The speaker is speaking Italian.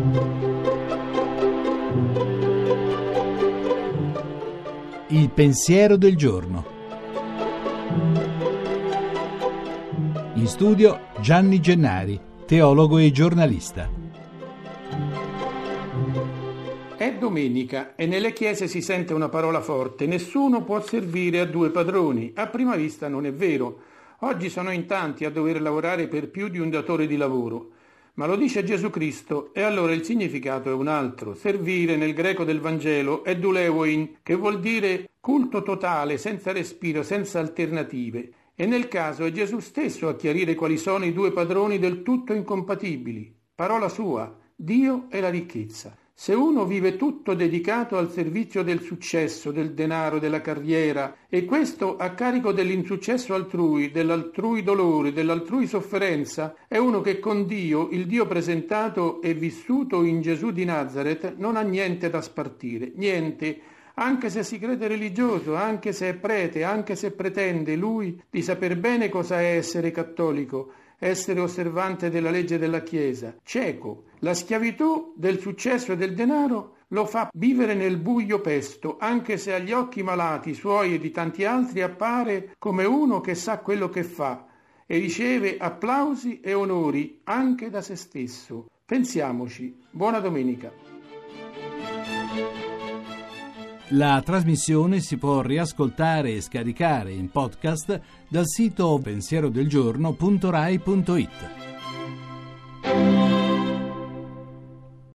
Il pensiero del giorno. In studio Gianni Gennari, teologo e giornalista. È domenica e nelle chiese si sente una parola forte: nessuno può servire a due padroni. A prima vista non è vero. Oggi sono in tanti a dover lavorare per più di un datore di lavoro. Ma lo dice Gesù Cristo e allora il significato è un altro. Servire nel greco del Vangelo è douleoin, che vuol dire culto totale, senza respiro, senza alternative. E nel caso è Gesù stesso a chiarire quali sono i due padroni del tutto incompatibili. Parola sua, Dio e la ricchezza. Se uno vive tutto dedicato al servizio del successo, del denaro, della carriera, e questo a carico dell'insuccesso altrui, dell'altrui dolore, dell'altrui sofferenza, è uno che con Dio, il Dio presentato e vissuto in Gesù di Nazareth, non ha niente da spartire, niente, anche se si crede religioso, anche se è prete, anche se pretende lui di saper bene cosa è essere cattolico, essere osservante della legge della Chiesa, cieco. La schiavitù del successo e del denaro lo fa vivere nel buio pesto, anche se agli occhi malati suoi e di tanti altri appare come uno che sa quello che fa e riceve applausi e onori anche da se stesso. Pensiamoci. Buona domenica. La trasmissione si può riascoltare e scaricare in podcast dal sito pensierodelgiorno.rai.it.